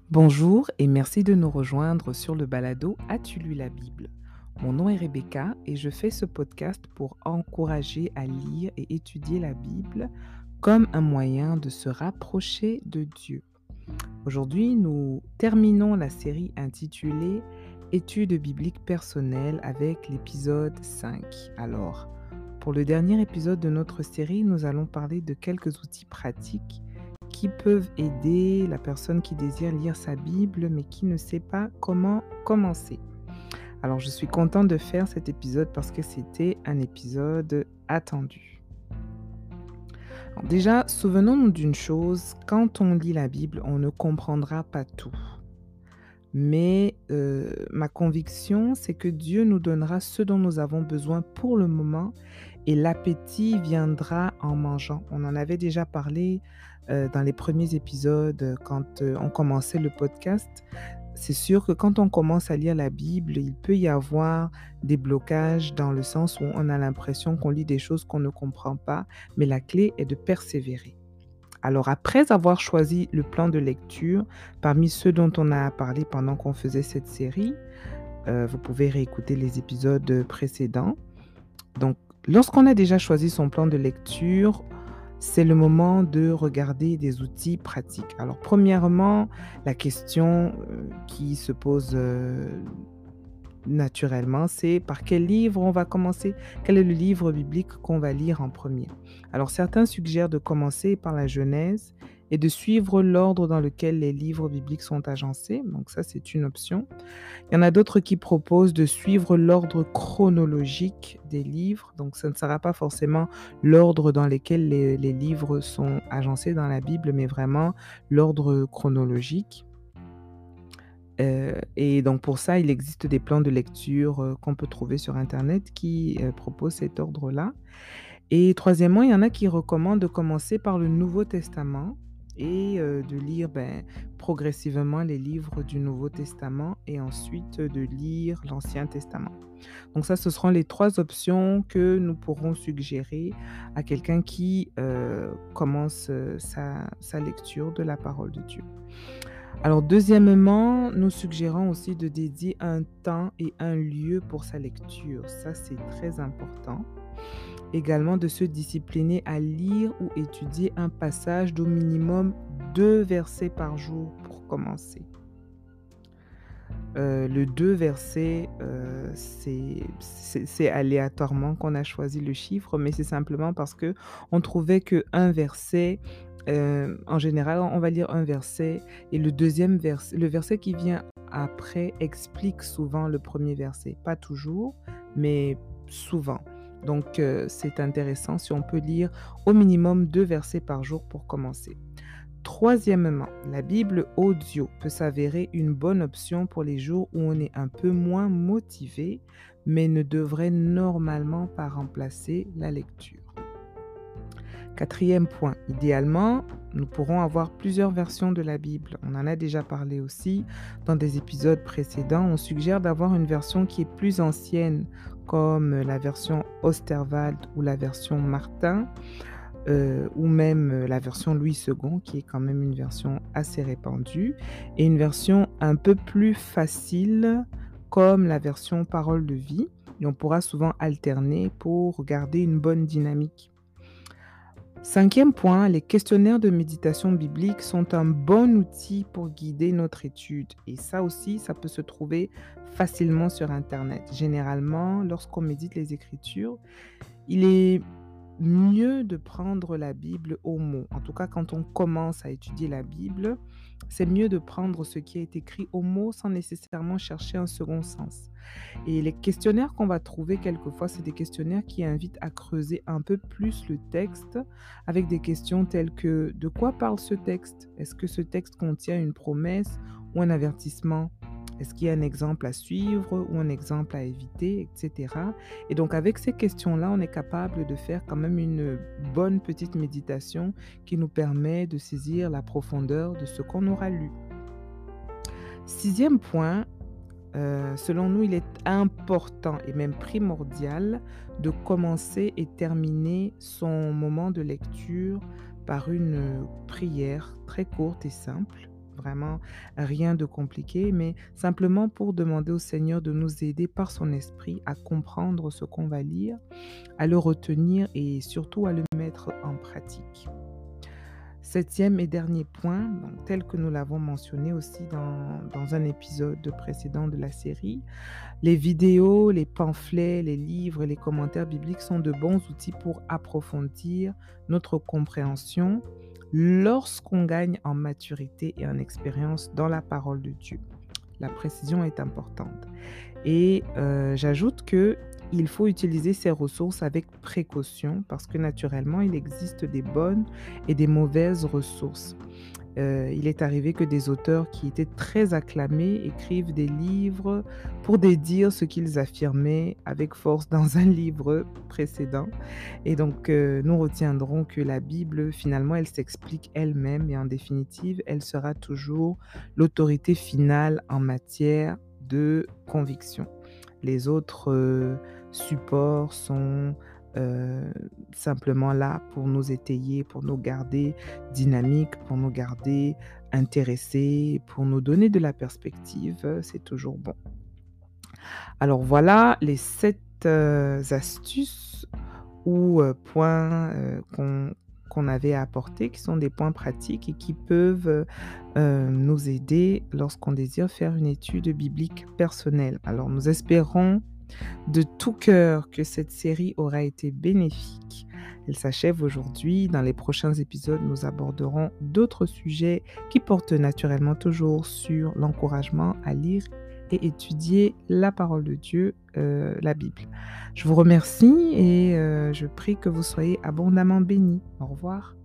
Bonjour et merci de nous rejoindre sur le balado As-tu lu la Bible? Mon nom est Rebecca et je fais ce podcast pour encourager à lire et étudier la Bible comme un moyen de se rapprocher de Dieu. Aujourd'hui, nous terminons la série intitulée Études bibliques personnelles avec l'épisode 5. Alors, pour le dernier épisode de notre série, nous allons parler de quelques outils pratiques qui peuvent aider la personne qui désire lire sa Bible mais qui ne sait pas comment commencer. Alors, je suis contente de faire cet épisode parce que c'était un épisode attendu. Alors déjà, souvenons-nous d'une chose, quand on lit la Bible, on ne comprendra pas tout. Mais ma conviction, c'est que Dieu nous donnera ce dont nous avons besoin pour le moment et l'appétit viendra en mangeant. On en avait déjà parlé dans les premiers épisodes quand on commençait le podcast. C'est sûr que quand on commence à lire la Bible, il peut y avoir des blocages dans le sens où on a l'impression qu'on lit des choses qu'on ne comprend pas, mais la clé est de persévérer. Alors après avoir choisi le plan de lecture, parmi ceux dont on a parlé pendant qu'on faisait cette série, vous pouvez réécouter les épisodes précédents. Donc lorsqu'on a déjà choisi son plan de lecture, c'est le moment de regarder des outils pratiques. Alors premièrement, la question qui se pose naturellement, c'est par quel livre on va commencer? Quel est le livre biblique qu'on va lire en premier? Alors certains suggèrent de commencer par la Genèse et de suivre l'ordre dans lequel les livres bibliques sont agencés. Donc ça, c'est une option. Il y en a d'autres qui proposent de suivre l'ordre chronologique des livres. Donc ce ne sera pas forcément l'ordre dans lequel les livres sont agencés dans la Bible, mais vraiment l'ordre chronologique. Et donc pour ça, il existe des plans de lecture, qu'on peut trouver sur internet qui, proposent cet ordre-là. Et troisièmement, il y en a qui recommandent de commencer par le Nouveau Testament et de lire, progressivement les livres du Nouveau Testament et ensuite de lire l'Ancien Testament. Donc ça, ce seront les 3 options que nous pourrons suggérer à quelqu'un qui, commence, sa lecture de la parole de Dieu. Alors deuxièmement, nous suggérons aussi de dédier un temps et un lieu pour sa lecture. Ça, c'est très important. Également de se discipliner à lire ou étudier un passage d'au minimum 2 versets par jour pour commencer. Le 2 versets, c'est aléatoirement qu'on a choisi le chiffre, mais c'est simplement parce qu'on trouvait qu'un verset, en général, on va lire un verset et le verset qui vient après explique souvent le premier verset. Pas toujours, mais souvent. Donc c'est intéressant si on peut lire au minimum 2 versets par jour pour commencer. Troisièmement, la Bible audio peut s'avérer une bonne option pour les jours où on est un peu moins motivé, mais ne devrait normalement pas remplacer la lecture. Quatrième point, idéalement, nous pourrons avoir plusieurs versions de la Bible. On en a déjà parlé aussi dans des épisodes précédents. On suggère d'avoir une version qui est plus ancienne, comme la version Osterwald ou la version Martin, ou même la version Louis II, qui est quand même une version assez répandue, et une version un peu plus facile, comme la version Parole de vie. Et on pourra souvent alterner pour garder une bonne dynamique. Cinquième point, les questionnaires de méditation biblique sont un bon outil pour guider notre étude. Et ça aussi, ça peut se trouver facilement sur Internet. Généralement, lorsqu'on médite les Écritures, il est mieux de prendre la Bible au mot. En tout cas, quand on commence à étudier la Bible, c'est mieux de prendre ce qui est écrit au mot sans nécessairement chercher un second sens. Et les questionnaires qu'on va trouver quelquefois, c'est des questionnaires qui invitent à creuser un peu plus le texte avec des questions telles que: de quoi parle ce texte? Est-ce que ce texte contient une promesse ou un avertissement? Est-ce qu'il y a un exemple à suivre ou un exemple à éviter, etc. Et donc avec ces questions-là, on est capable de faire quand même une bonne petite méditation qui nous permet de saisir la profondeur de ce qu'on aura lu. Sixième point, selon nous, il est important et même primordial de commencer et terminer son moment de lecture par une prière très courte et simple. vraiment rien de compliqué, mais simplement pour demander au Seigneur de nous aider par son esprit à comprendre ce qu'on va lire, à le retenir et surtout à le mettre en pratique. Septième et dernier point, donc tel que nous l'avons mentionné aussi dans un épisode précédent de la série, les vidéos, les pamphlets, les livres et les commentaires bibliques sont de bons outils pour approfondir notre compréhension lorsqu'on gagne en maturité et en expérience dans la parole de Dieu. La précision est importante. Et j'ajoute que il faut utiliser ces ressources avec précaution parce que naturellement, il existe des bonnes et des mauvaises ressources. Il est arrivé que des auteurs qui étaient très acclamés écrivent des livres pour dédire ce qu'ils affirmaient avec force dans un livre précédent. Et donc, nous retiendrons que la Bible, finalement, elle s'explique elle-même et en définitive, elle sera toujours l'autorité finale en matière de conviction. Les autres supports sont euh, simplement là pour nous étayer, pour nous garder dynamiques, pour nous garder intéressés, pour nous donner de la perspective. C'est toujours bon. Alors voilà les 7 astuces ou points qu'on avait à apporter, qui sont des points pratiques et qui peuvent nous aider lorsqu'on désire faire une étude biblique personnelle. Alors nous espérons de tout cœur que cette série aura été bénéfique. Elle s'achève aujourd'hui. Dans les prochains épisodes, nous aborderons d'autres sujets qui portent naturellement toujours sur l'encouragement à lire et étudier la parole de Dieu, la Bible. Je vous remercie et je prie que vous soyez abondamment bénis. Au revoir.